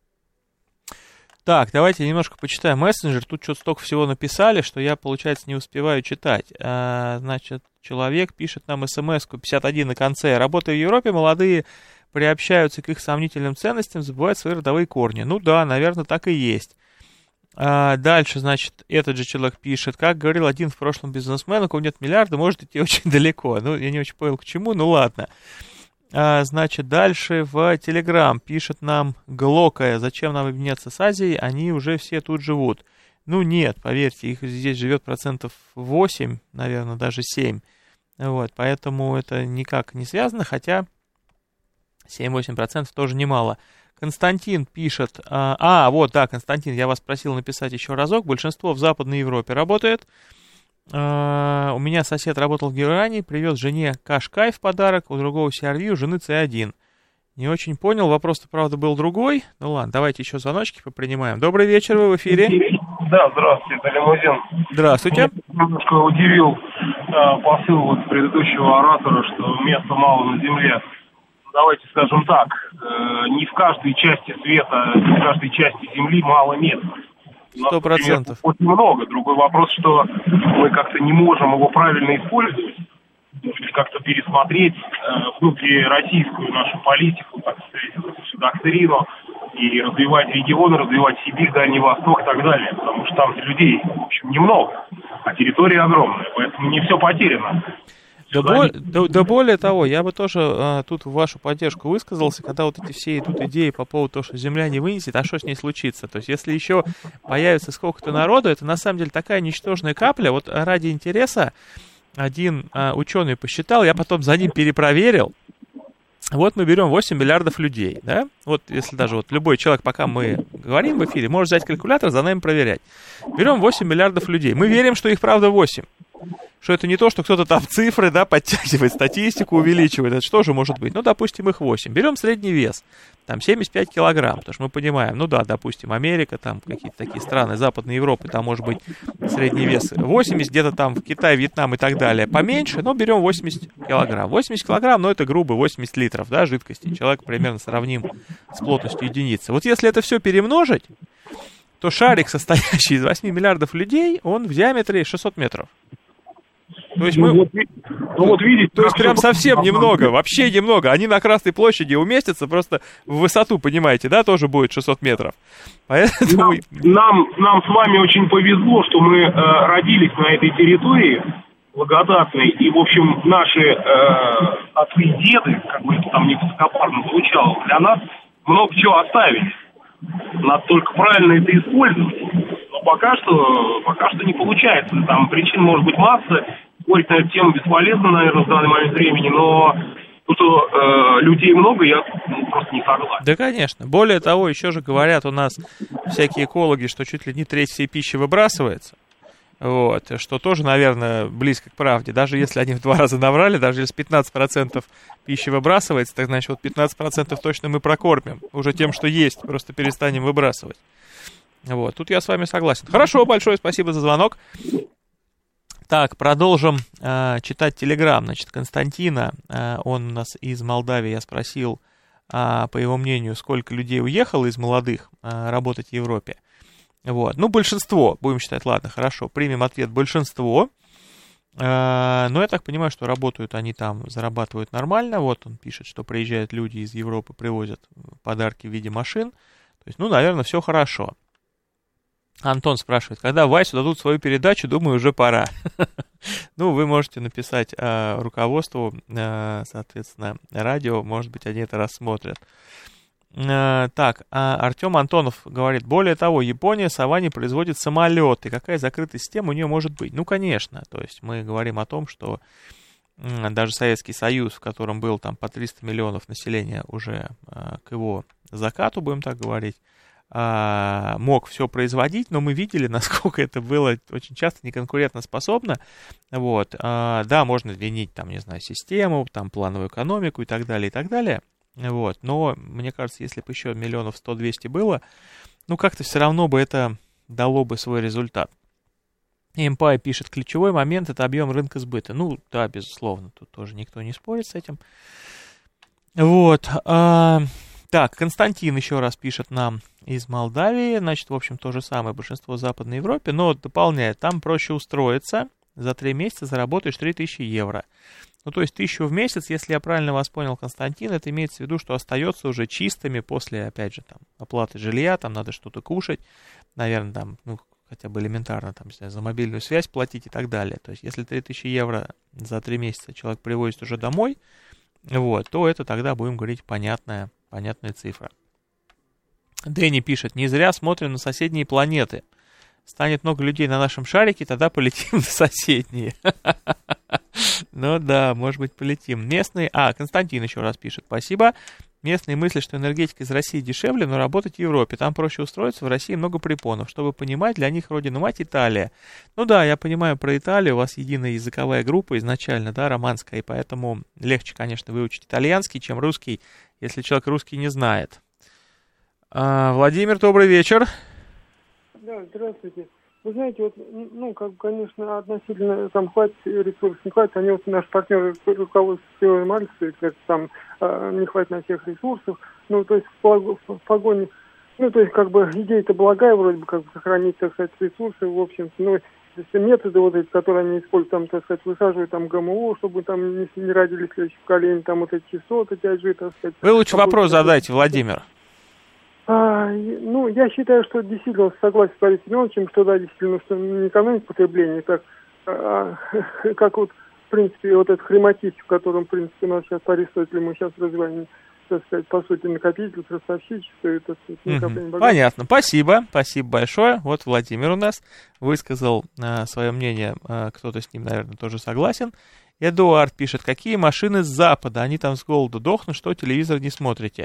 Так, давайте немножко почитаем мессенджер. Тут что-то столько всего написали, что я, получается, не успеваю читать. А, значит, человек пишет нам смс-ку пятьдесят один на конце. Работая в Европе, молодые приобщаются к их сомнительным ценностям, забывают свои родовые корни. Ну да, наверное, так и есть. А дальше, значит, этот же человек пишет, как говорил один в прошлом бизнесмен, у кого нет миллиарда, может идти очень далеко. Ну, я не очень понял, к чему, ну ладно. А, значит, дальше в Телеграм пишет нам Глокая, зачем нам объединяться с Азией, они уже все тут живут. Ну нет, поверьте, их здесь живет процентов восемь, наверное, даже семь. Вот, поэтому это никак не связано, хотя семь-восемь процентов тоже немало. Константин пишет, а, а, вот, да, Константин, я вас просил написать еще разок, большинство в Западной Европе работает, а, у меня сосед работал в Германии, привез жене Кашкай в подарок, у другого си ар ви, у жены си один. Не очень понял, вопрос-то, правда, был другой, ну ладно, давайте еще звоночки попринимаем. Добрый вечер, вы в эфире. Да, здравствуйте, это Лимузин. Здравствуйте. Меня немножко удивил а, посыл вот предыдущего оратора, что места мало на земле. Давайте скажем так, э, не в каждой части света, не в каждой части Земли мало места. Сто процентов. Очень много. Другой вопрос, что мы как-то не можем его правильно использовать, или как-то пересмотреть э, внутрироссийскую нашу политику, так сказать, всю доктрину, и развивать регионы, развивать Сибирь, Дальний Восток и так далее. Потому что там людей, в общем, немного, а территория огромная, поэтому не все потеряно. Да, бо, да, да более того, я бы тоже а, тут в вашу поддержку высказался, когда вот эти все идут идеи по поводу того, что Земля не вынесет, а что с ней случится. То есть если еще появится сколько-то народу, это на самом деле такая ничтожная капля. Вот ради интереса один а, ученый посчитал, я потом за ним перепроверил. Вот мы берем восемь миллиардов людей, да? Вот если даже вот любой человек, пока мы говорим в эфире, может взять калькулятор, за нами проверять. Берем восемь миллиардов людей. Мы верим, что их правда восемь. Что это не то, что кто-то там цифры, да, подтягивает, статистику увеличивает. Это что же может быть? Ну, допустим, их восемь. Берем средний вес, там семьдесят пять килограмм, потому что мы понимаем, ну да, допустим, Америка, там какие-то такие страны Западной Европы, там может быть средний вес восемьдесят, где-то там в Китае, Вьетнам и так далее поменьше, но берем восемьдесят килограмм. восемьдесят килограмм, ну это грубо восемьдесят литров, да, жидкости. Человек примерно сравним с плотностью единицы. Вот если это все перемножить, то шарик, состоящий из восьми миллиардов людей, он в диаметре шестьсот метров. То есть мы... Ну, вот, ну, вот видите, то есть прям совсем немного, вообще немного. Они на Красной площади уместятся, просто в высоту, понимаете, да, тоже будет шестьсот метров. Поэтому... Нам, нам, нам с вами очень повезло, что мы э, родились на этой территории благодатной, и, в общем, наши э, отцы и деды, как бы это там не высокопарно звучало, для нас много чего оставили. Надо только правильно это использовать. Но пока что, пока что не получается. Там причин может быть масса. Спорить на эту тему бесполезно, наверное, в данный момент времени, но то, что э, людей много, я ну, просто не согласен. Да, конечно. Более того, еще же говорят у нас всякие экологи, что чуть ли не треть всей пищи выбрасывается. Вот, что тоже, наверное, близко к правде. Даже если они в два раза наврали, даже если пятнадцать процентов пищи выбрасывается, так значит, вот пятнадцать процентов точно мы прокормим уже тем, что есть, просто перестанем выбрасывать. Вот, тут я с вами согласен. Хорошо, большое спасибо за звонок. Так, продолжим э, читать Телеграм. Значит, Константина, э, он у нас из Молдавии, я спросил, э, по его мнению, сколько людей уехало из молодых э, работать в Европе. Вот, ну, большинство, будем считать, ладно, хорошо, примем ответ, большинство. Э, но я так понимаю, что работают они там, зарабатывают нормально. Вот он пишет, что приезжают люди из Европы, привозят подарки в виде машин. То есть, ну, наверное, все хорошо. Антон спрашивает, когда Вайсу дадут свою передачу, думаю, уже пора. Ну, вы можете написать э, руководству, э, соответственно, радио, может быть, они это рассмотрят. Э, так, а Артем Антонов говорит, более того, Япония сама не производит самолеты. Какая закрытая система у нее может быть? Ну, конечно, то есть мы говорим о том, что э, даже Советский Союз, в котором было там по триста миллионов населения уже э, к его закату, будем так говорить, мог все производить, но мы видели, насколько это было очень часто неконкурентоспособно. Вот. Да, можно винить, там, не знаю, систему, там, плановую экономику и так далее, и так далее. Вот. Но, мне кажется, если бы еще миллионов сто-двести было, ну, как-то все равно бы это дало бы свой результат. Эмпай пишет, ключевой момент — это объем рынка сбыта. Ну, да, безусловно, тут тоже никто не спорит с этим. Вот. Так, Константин еще раз пишет нам из Молдавии, значит, в общем, то же самое, большинство в Западной Европе, но дополняет, там проще устроиться, за три месяца заработаешь три тысячи евро. Ну, то есть тысячу в месяц, если я правильно вас понял, Константин, это имеется в виду, что остается уже чистыми после, опять же, там, оплаты жилья, там надо что-то кушать, наверное, там, ну, хотя бы элементарно, там, не знаю, за мобильную связь платить и так далее. То есть, если три тысячи евро за три месяца человек привозит уже домой, вот, то это тогда, будем говорить, понятная, понятная цифра. Дэнни пишет, не зря смотрим на соседние планеты. Станет много людей на нашем шарике, тогда полетим на соседние. Ну да, может быть, полетим. Местные... А, Константин еще раз пишет, спасибо. Местные мыслят, что энергетика из России дешевле, но работать в Европе. Там проще устроиться, в России много препонов. Чтобы понимать, для них родина-мать Италия. Ну да, я понимаю про Италию, у вас единая языковая группа изначально, да, романская, и поэтому легче, конечно, выучить итальянский, чем русский, если человек русский не знает. А, Владимир, добрый вечер. Да, здравствуйте. Вы знаете, вот, ну, как, конечно, относительно, там, хватит ресурсов, не хватит, они вот, наши партнеры, руководство Северной Мальцы, говорят, там, э, не хватит на всех ресурсов, ну, то есть, в, в погоне, ну, то есть, как бы, идея-то благая, вроде бы, как бы, сохранить, так сказать, ресурсы, в общем-то, ну, методы вот эти, которые они используют, там, так сказать, высаживают там ГМО, чтобы там не, не родились следующие поколения, там, вот эти частоты, эти джи, так сказать. Вы лучше вопрос задайте, Владимир. А, ну, я считаю, что действительно согласен с Борисом Семеновичем, что да, действительно, что не экономить потребление, так, а, как вот, в принципе, вот этот хрематич, в котором, в принципе, у нас сейчас по Аристотелю мы сейчас развиваем, так сказать, по сути, накопитель, ростовщичество, это накопление богатства. Понятно, спасибо, спасибо большое. Вот Владимир у нас высказал а, свое мнение, а, кто-то с ним, наверное, тоже согласен. Эдуард пишет, какие машины с Запада, они там с голоду дохнут, что телевизор не смотрите.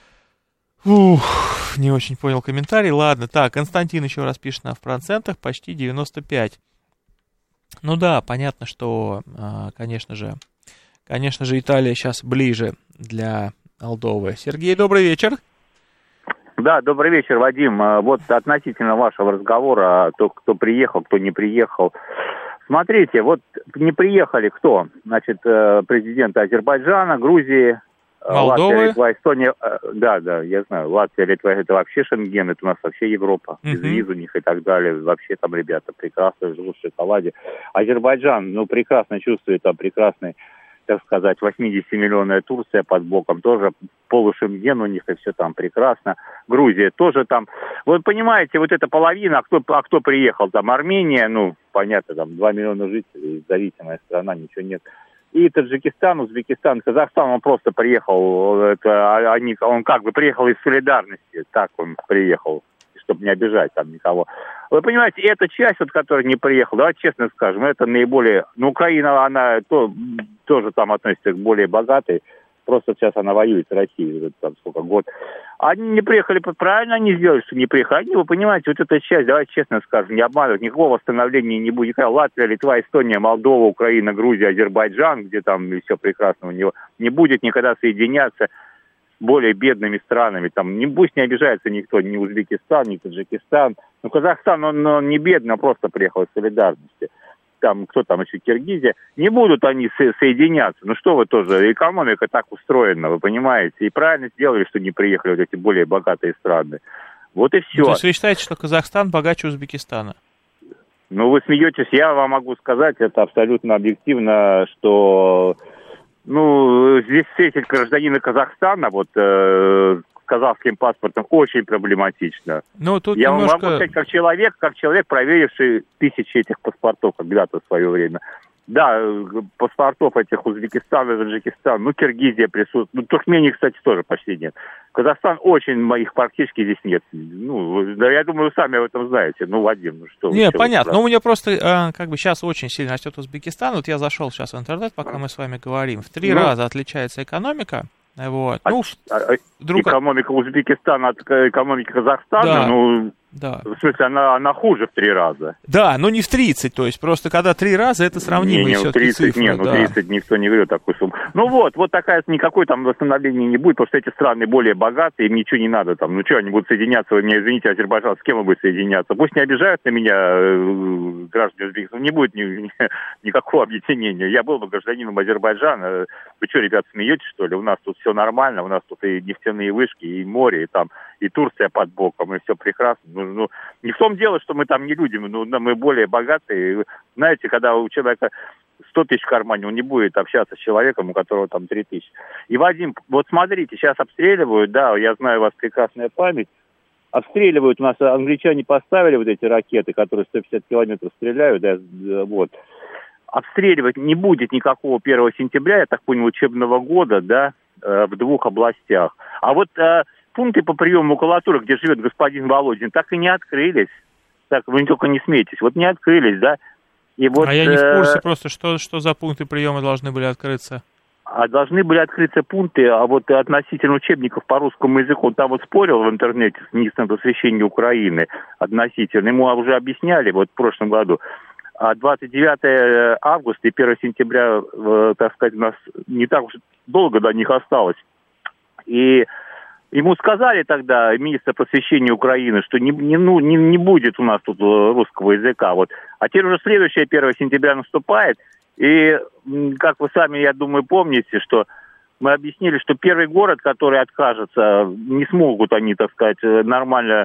Ух, не очень понял комментарий. Ладно, так, Константин еще раз пишет нам в процентах, почти девяносто пять. Ну да, понятно, что, конечно же, конечно же, Италия сейчас ближе для Молдовы. Сергей, добрый вечер. Да, добрый вечер, Вадим. Вот относительно вашего разговора, то, кто приехал, кто не приехал. Смотрите, вот не приехали кто? Значит, президенты Азербайджана, Грузии, Молдовы. Латвия, Литва, Эстония, да, да, я знаю, Латвия, Литва, это вообще Шенген, это у нас вообще Европа, uh-huh. без виз у них и так далее, вообще там ребята прекрасно живут в шоколаде. Азербайджан, ну, прекрасно чувствует, там прекрасный, так сказать, восьмидесятимиллионная Турция под боком, тоже полушенген у них, и все там прекрасно. Грузия тоже там, вот понимаете, вот эта половина, а кто, а кто приехал, там Армения, ну, понятно, там два миллиона жителей, зависимая страна, ничего нет. И Таджикистан, Узбекистан, Казахстан, он просто приехал, это, они, он как бы приехал из солидарности, так он приехал, чтобы не обижать там никого. Вы понимаете, эта часть, вот, которая не приехала, давайте честно скажем, это наиболее, ну, Украина, она то, тоже там относится к более богатой просто сейчас она воюет с Россией, там сколько, год. Они не приехали, правильно они сделали, что не приехали. Они, вы понимаете, вот эта часть, давайте честно скажем, не обманывать, никакого восстановления не будет. Латвия, Литва, Эстония, Молдова, Украина, Грузия, Азербайджан, где там все прекрасно у него, не будет никогда соединяться с более бедными странами. Там, не, пусть не обижается никто, ни Узбекистан, ни Таджикистан. Ну, Казахстан, он, он не бедный, он просто приехал из солидарности. Там, кто там еще, Киргизия. Не будут они со- соединяться. Ну, что вы тоже, экономика так устроена, вы понимаете. И правильно сделали, что не приехали вот эти более богатые страны. Вот и все. То есть вы считаете, что Казахстан богаче Узбекистана? Ну, вы смеетесь, я вам могу сказать, это абсолютно объективно, что, ну, здесь встретить гражданина Казахстана, вот, э, с казахским паспортом, очень проблематично. Ну, тут я немножко... вам могу сказать, как человек, как человек, проверивший тысячи этих паспортов когда-то в свое время. Да, паспортов этих Узбекистана, Таджикистана, ну, Киргизия присутствует. Ну, Туркмении, кстати, тоже почти нет. Казахстан очень, моих практически здесь нет. Ну, да, я думаю, вы сами об этом знаете. Ну, Вадим, ну что... Не, понятно. Но у меня просто, э, как бы, сейчас очень сильно растет Узбекистан. Вот я зашел сейчас в интернет, пока мы с вами говорим. В три ну, раза отличается экономика. Вот. А, ну, а, друг... Экономика Узбекистана от экономики Казахстана, да. ну... Да. В смысле, она, она хуже в три раза. Да, но не в тридцать, то есть просто когда три раза, это сравнимые не, не, все-таки тридцать, цифры. Не, ну да. тридцать никто не говорит такую сумму. Ну вот, вот такая, никакой там восстановления не будет, потому что эти страны более богатые, им ничего не надо там. Ну что, они будут соединяться, вы меня извините, Азербайджан, с кем вы будете соединяться? Пусть не обижают на меня э, граждане Узбекистана, не будет ни, ни, никакого объединения. Я был бы гражданином Азербайджана. Вы что, ребят, смеетесь, что ли? У нас тут все нормально, у нас тут и нефтяные вышки, и море, и там, и Турция под боком, и все прекрасно. Ну, ну не в том дело, что мы там не люди, ну, мы более богатые. Знаете, когда у человека сто тысяч в кармане, он не будет общаться с человеком, у которого там три тысячи. И, Вадим, вот смотрите, сейчас обстреливают, да, я знаю, у вас прекрасная память, обстреливают, у нас англичане поставили вот эти ракеты, которые сто пятьдесят километров стреляют, да, вот. Обстреливать не будет никакого первого сентября, я так понял, учебного года, да, в двух областях. А вот... пункты по приему макулатуры, где живет господин Володин, так и не открылись. Так, вы только не смейтесь. Вот не открылись, да? И вот, а я не в курсе просто, что, что за пункты приема должны были открыться. А должны были открыться пункты, а вот относительно учебников по русскому языку, он там вот спорил в интернете с министром просвещения Украины относительно. Ему уже объясняли вот в прошлом году. А двадцать девятого августа и первого сентября, так сказать, у нас не так уж долго до них осталось. И ему сказали тогда, министр просвещения Украины, что не, не, ну, не, не будет у нас тут русского языка. Вот. А теперь уже следующее первого сентября наступает. И, как вы сами, я думаю, помните, что мы объяснили, что первый город, который откажется, не смогут они, так сказать, нормально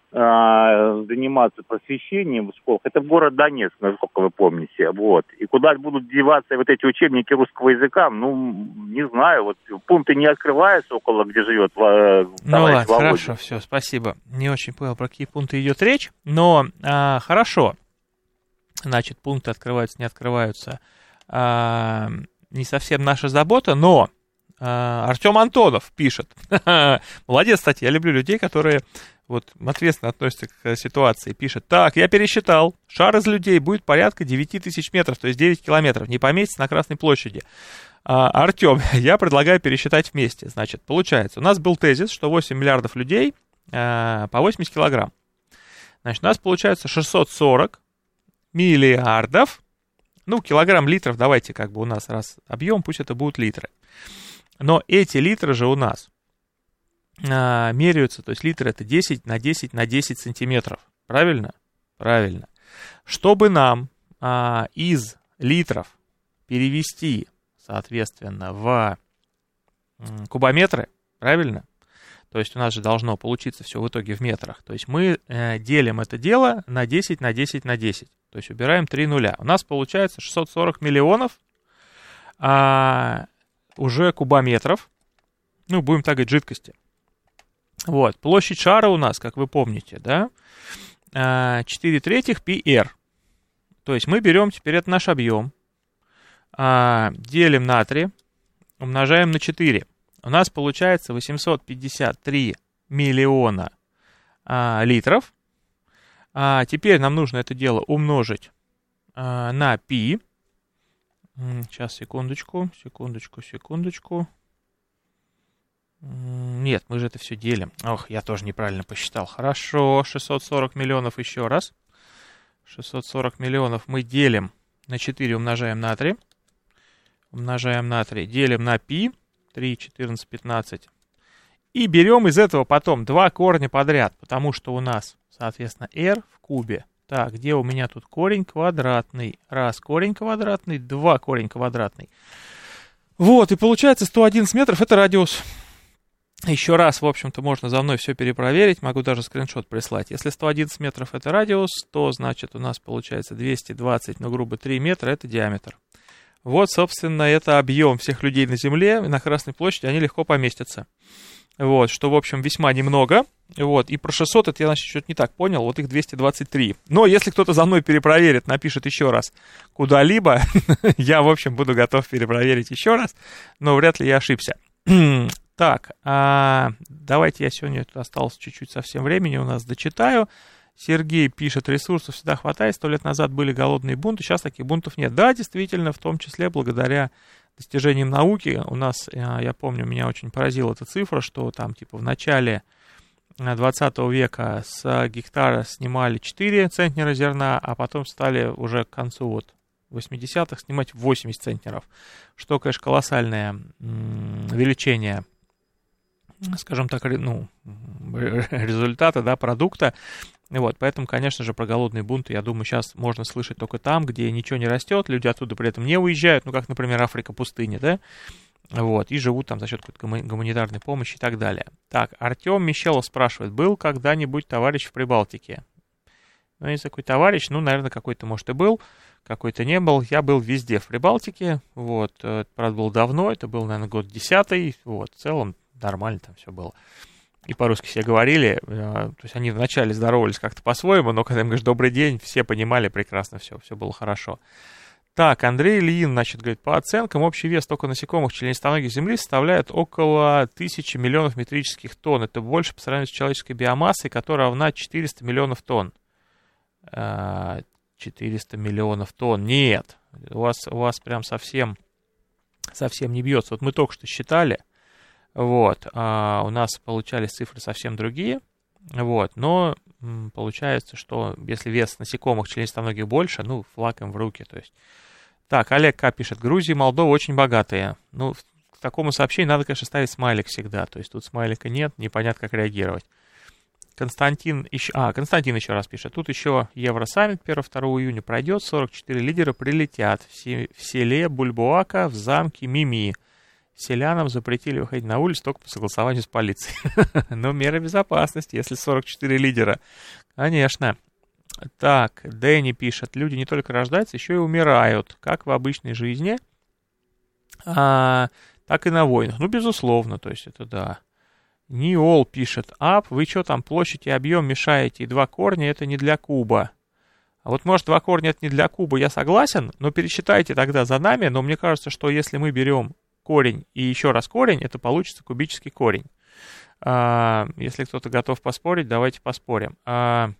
э, заниматься просвещением в школах, это город Донецк, насколько вы помните. Вот. И куда будут деваться вот эти учебники русского языка, ну, не знаю, вот пункты не открываются около, где живет э, ну ладно, Володя. Хорошо, все, спасибо. Не очень понял, про какие пункты идет речь, но а, хорошо. Значит, пункты открываются, не открываются. А, не совсем наша забота, но а, Артем Антонов пишет. Молодец, кстати, я люблю людей, которые вот ответственно относятся к ситуации. Пишет: так, я пересчитал, шар из людей будет порядка девять тысяч метров, то есть девять километров, не поместится на Красной площади. А, Артем, я предлагаю пересчитать вместе. Значит, получается, у нас был тезис, что восемь миллиардов людей а, по восемьдесят килограмм. Значит, у нас получается шестьсот сорок миллиардов, ну, килограмм литров, давайте как бы у нас раз объем, пусть это будут литры. Но эти литры же у нас а, меряются, то есть литры это десять на десять на десять сантиметров, правильно? Правильно. Чтобы нам а, из литров перевести, соответственно, в м, кубометры, правильно? То есть у нас же должно получиться все в итоге в метрах. То есть мы э, делим это дело на десять на десять на десять. То есть убираем три нуля. У нас получается шестьсот сорок миллионов а, уже кубометров. Ну, будем так говорить, жидкости. Вот. Площадь шара у нас, как вы помните, да, а, четыре третьих пи эр. То есть мы берем теперь это наш объем, а, делим на три, умножаем на четыре. У нас получается восемьсот пятьдесят три миллиона а, литров. А теперь нам нужно это дело умножить а, на π. Сейчас, секундочку, секундочку, секундочку. Нет, мы же это все делим. Ох, я тоже неправильно посчитал. Хорошо, шестьсот сорок миллионов еще раз. шестьсот сорок миллионов мы делим на четыре, умножаем на три. Умножаем на три, делим на π. три, четырнадцать, пятнадцать. И берем из этого потом два корня подряд, потому что у нас, соответственно, r в кубе. Так, где у меня тут корень квадратный? Раз корень квадратный, два корень квадратный. Вот, и получается сто одиннадцать метров, это радиус. Еще раз, в общем-то, можно за мной все перепроверить, могу даже скриншот прислать. Если сто одиннадцать метров это радиус, то, значит, у нас получается двести двадцать, ну, грубо, три метра, это диаметр. Вот, собственно, это объем всех людей на Земле, на Красной площади они легко поместятся. Вот, что, в общем, весьма немного. Вот, и про шестьсот, это я, значит, что-то не так понял, вот их двести двадцать три. Но если кто-то за мной перепроверит, напишет еще раз куда-либо, я, в общем, буду готов перепроверить еще раз, но вряд ли я ошибся. Так, а, давайте я сегодня, тут осталось чуть-чуть совсем времени у нас, дочитаю. Сергей пишет, ресурсов всегда хватает, сто лет назад были голодные бунты, сейчас таких бунтов нет. Да, действительно, в том числе благодаря достижениям науки. У нас, я помню, меня очень поразила эта цифра, что там типа в начале двадцатого века с гектара снимали четыре центнера зерна, а потом стали уже к концу вот восьмидесятых снимать восемьдесят центнеров, что, конечно, колоссальное увеличение, скажем так, ну, результата, да, продукта. Вот, поэтому, конечно же, про голодные бунты, я думаю, сейчас можно слышать только там, где ничего не растет, люди оттуда при этом не уезжают, ну, как, например, Африка, пустыня, да, вот, и живут там за счет какой-то гуманитарной помощи и так далее. Так, Артем Мещелов спрашивает, был когда-нибудь товарищ в Прибалтике? Ну, если такой товарищ, ну, наверное, какой-то, может, и был, какой-то не был. Я был везде в Прибалтике, вот, это, правда, было давно, это был, наверное, год десятый, вот, в целом нормально там все было. И по-русски все говорили, то есть они вначале здоровались как-то по-своему, но когда им говоришь «добрый день», все понимали прекрасно все, все было хорошо. Так, Андрей Ильин, значит, говорит, по оценкам общий вес только насекомых членистоногих Земли составляет около тысячи миллионов метрических тонн. Это больше по сравнению с человеческой биомассой, которая равна четыреста миллионов тонн. четыреста миллионов тонн. Нет, у вас, у вас прям совсем, совсем не бьется. Вот мы только что считали. Вот, а у нас получались цифры совсем другие, вот, но м, получается, что если вес насекомых членистоногих больше, ну, флаг им в руки, то есть. Так, Олег К. пишет, Грузия и Молдова очень богатые. Ну, к такому сообщению надо, конечно, ставить смайлик всегда, то есть тут смайлика нет, непонятно, как реагировать. Константин еще, а, Константин еще раз пишет, тут еще Евросаммит первого-второго июня пройдет, сорок четыре лидера прилетят в, се- в селе Бульбуака в замке Мими. Селянам запретили выходить на улицу только по согласованию с полицией. Но меры безопасности, если сорок четыре лидера. Конечно. Так, Дэнни пишет, люди не только рождаются, еще и умирают, как в обычной жизни, а, так и на войнах. Ну, безусловно, то есть это да. Ниол пишет, ап, вы что там, площадь и объем мешаете, и два корня это не для куба. А вот, может, два корня это не для куба, я согласен, но пересчитайте тогда за нами, но мне кажется, что если мы берем корень и еще раз корень, это получится кубический корень. А, если кто-то готов поспорить, давайте поспорим. А,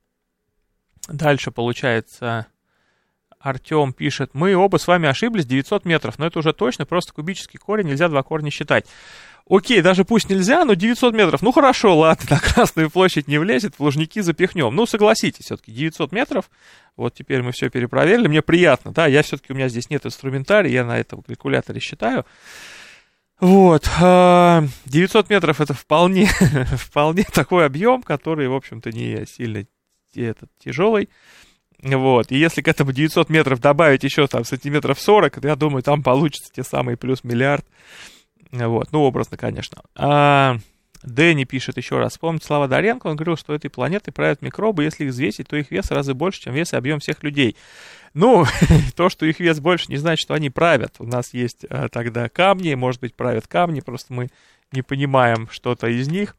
дальше получается, Артем пишет, мы оба с вами ошиблись, девятьсот метров, но это уже точно, просто кубический корень, нельзя два корня считать. Окей, даже пусть нельзя, но девятьсот метров, ну хорошо, ладно, на Красную площадь не влезет, в Лужники запихнем. Ну, согласитесь, все-таки девятьсот метров, вот теперь мы все перепроверили, мне приятно, да, я все-таки, у меня здесь нет инструментария, я на этом калькуляторе считаю. Вот, девятьсот метров это вполне, вполне такой объем, который, в общем-то, не сильно этот, тяжелый. Вот, и если к этому девятьсот метров добавить еще там сантиметров сорок, я думаю, там получится те самые плюс миллиард. Вот, ну, образно, конечно. А, Дэнни пишет еще раз. Вспомните слова Доренко, он говорил, что этой планетой правят микробы, если их взвесить, то их вес в разы больше, чем вес и объем всех людей. Ну, то, что их вес больше, не значит, что они правят. У нас есть а, тогда камни, может быть, правят камни, просто мы не понимаем что-то из них.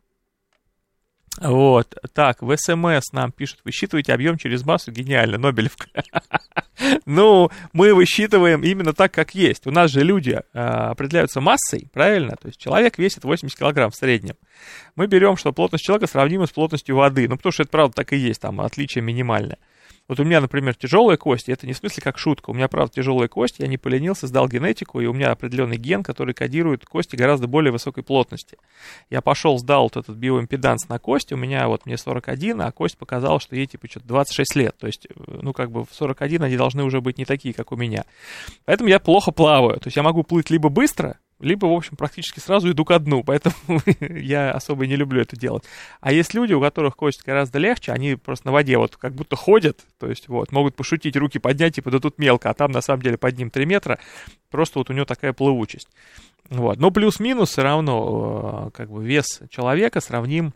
Вот, так, в СМС нам пишут, высчитывайте объем через массу, гениально, Нобелевка. Ну, мы высчитываем именно так, как есть. У нас же люди а, определяются массой, правильно? То есть человек весит восемьдесят килограмм в среднем. Мы берем, что плотность человека сравнима с плотностью воды. Ну, потому что это, правда, так и есть, там отличие минимальное. Вот у меня, например, тяжелые кости, это не в смысле как шутка, у меня, правда, тяжелые кости, я не поленился, сдал генетику, и у меня определенный ген, который кодирует кости гораздо более высокой плотности. Я пошел, сдал вот этот биоимпеданс на кость, у меня вот мне сорок один, а кость показала, что ей типа что-то двадцать шесть лет, то есть, ну, как бы в сорок один они должны уже быть не такие, как у меня. Поэтому я плохо плаваю, то есть я могу плыть либо быстро, либо, в общем, практически сразу иду ко дну, поэтому я особо не люблю это делать. А есть люди, у которых кость гораздо легче, они просто на воде вот как будто ходят, то есть вот, могут пошутить, руки поднять, типа, да тут мелко, а там на самом деле под ним три метра, просто вот у него такая плывучесть. Вот. Но плюс-минус все равно, как бы, вес человека сравним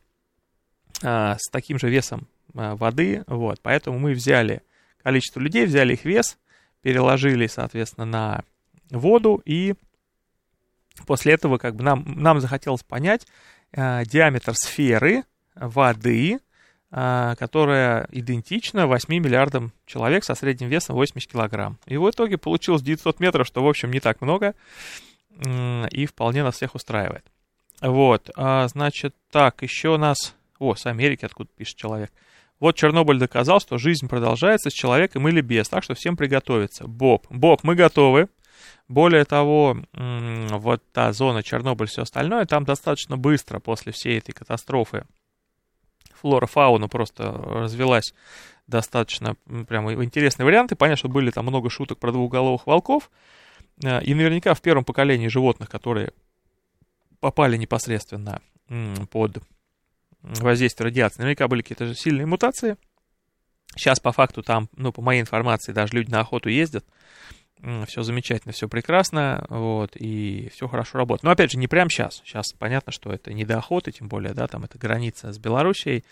а, с таким же весом а, воды, вот, поэтому мы взяли количество людей, взяли их вес, переложили, соответственно, на воду, и после этого как бы нам, нам захотелось понять э, диаметр сферы воды, э, которая идентична восьми миллиардам человек со средним весом восемьдесят килограмм. И в итоге получилось девятьсот метров, что, в общем, не так много, э, и вполне нас всех устраивает. Вот, а, значит, так, еще нас... О, с Америки, откуда пишет человек. Вот Чернобыль доказал, что жизнь продолжается с человеком или без, так что всем приготовиться. Боб, Боб, мы готовы. Более того, вот та зона Чернобыль, все остальное, там достаточно быстро после всей этой катастрофы флора-фауна просто развелась достаточно прямо интересные варианты. Понятно, что были там много шуток про двухголовых волков, и наверняка в первом поколении животных, которые попали непосредственно под воздействие радиации, наверняка были какие-то же сильные мутации. Сейчас по факту там, ну, по моей информации, даже люди на охоту ездят. Все замечательно, все прекрасно, вот, и все хорошо работает. Но, опять же, не прямо сейчас. Сейчас понятно, что это не до охоты, тем более, да, там это граница с Белоруссией.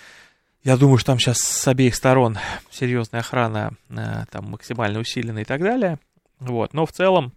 Я думаю, что там сейчас с обеих сторон серьезная охрана, там, максимально усилена и так далее. Вот, но в целом,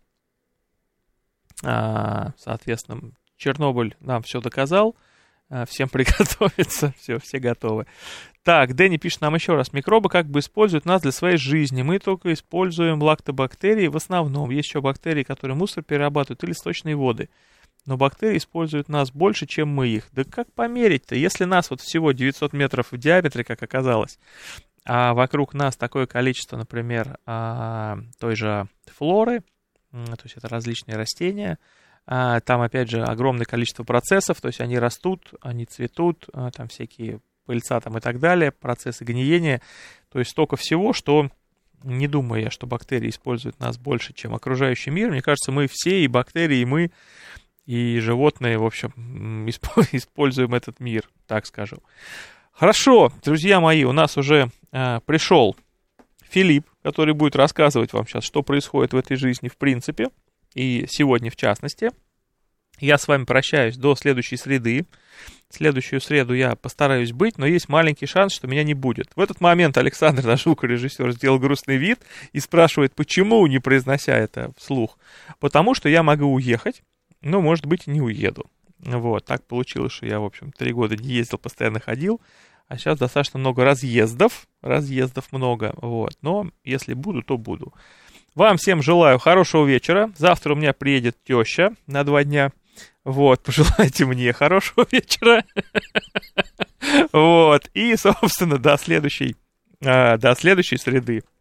соответственно, Чернобыль нам все доказал. Всем приготовиться, все, все готовы. Так, Дэнни пишет нам еще раз. Микробы как бы используют нас для своей жизни. Мы только используем лактобактерии в основном. Есть еще бактерии, которые мусор перерабатывают, или сточные воды. Но бактерии используют нас больше, чем мы их. Да как померить-то? Если нас вот всего девятьсот метров в диаметре, как оказалось, а вокруг нас такое количество, например, той же флоры, то есть это различные растения, там, опять же, огромное количество процессов, то есть они растут, они цветут, там всякие пыльца там и так далее, процессы гниения, то есть столько всего, что не думаю я, что бактерии используют нас больше, чем окружающий мир. Мне кажется, мы все, и бактерии, и мы, и животные, в общем, используем этот мир, так скажу. Хорошо, друзья мои, у нас уже э, пришел Филипп, который будет рассказывать вам сейчас, что происходит в этой жизни в принципе, и сегодня в частности. Я с вами прощаюсь до следующей среды. Следующую среду я постараюсь быть, но есть маленький шанс, что меня не будет. В этот момент Александр, наш звукорежиссер, сделал грустный вид и спрашивает, почему, не произнося это вслух. Потому что я могу уехать, но, может быть, и не уеду. Вот, так получилось, что я, в общем, три года не ездил, постоянно ходил, а сейчас достаточно много разъездов, разъездов много, вот, но если буду, то буду. Вам всем желаю хорошего вечера. Завтра у меня приедет теща на два дня. Вот, пожелайте мне хорошего вечера. Вот, и, собственно, до следующей, до следующей среды.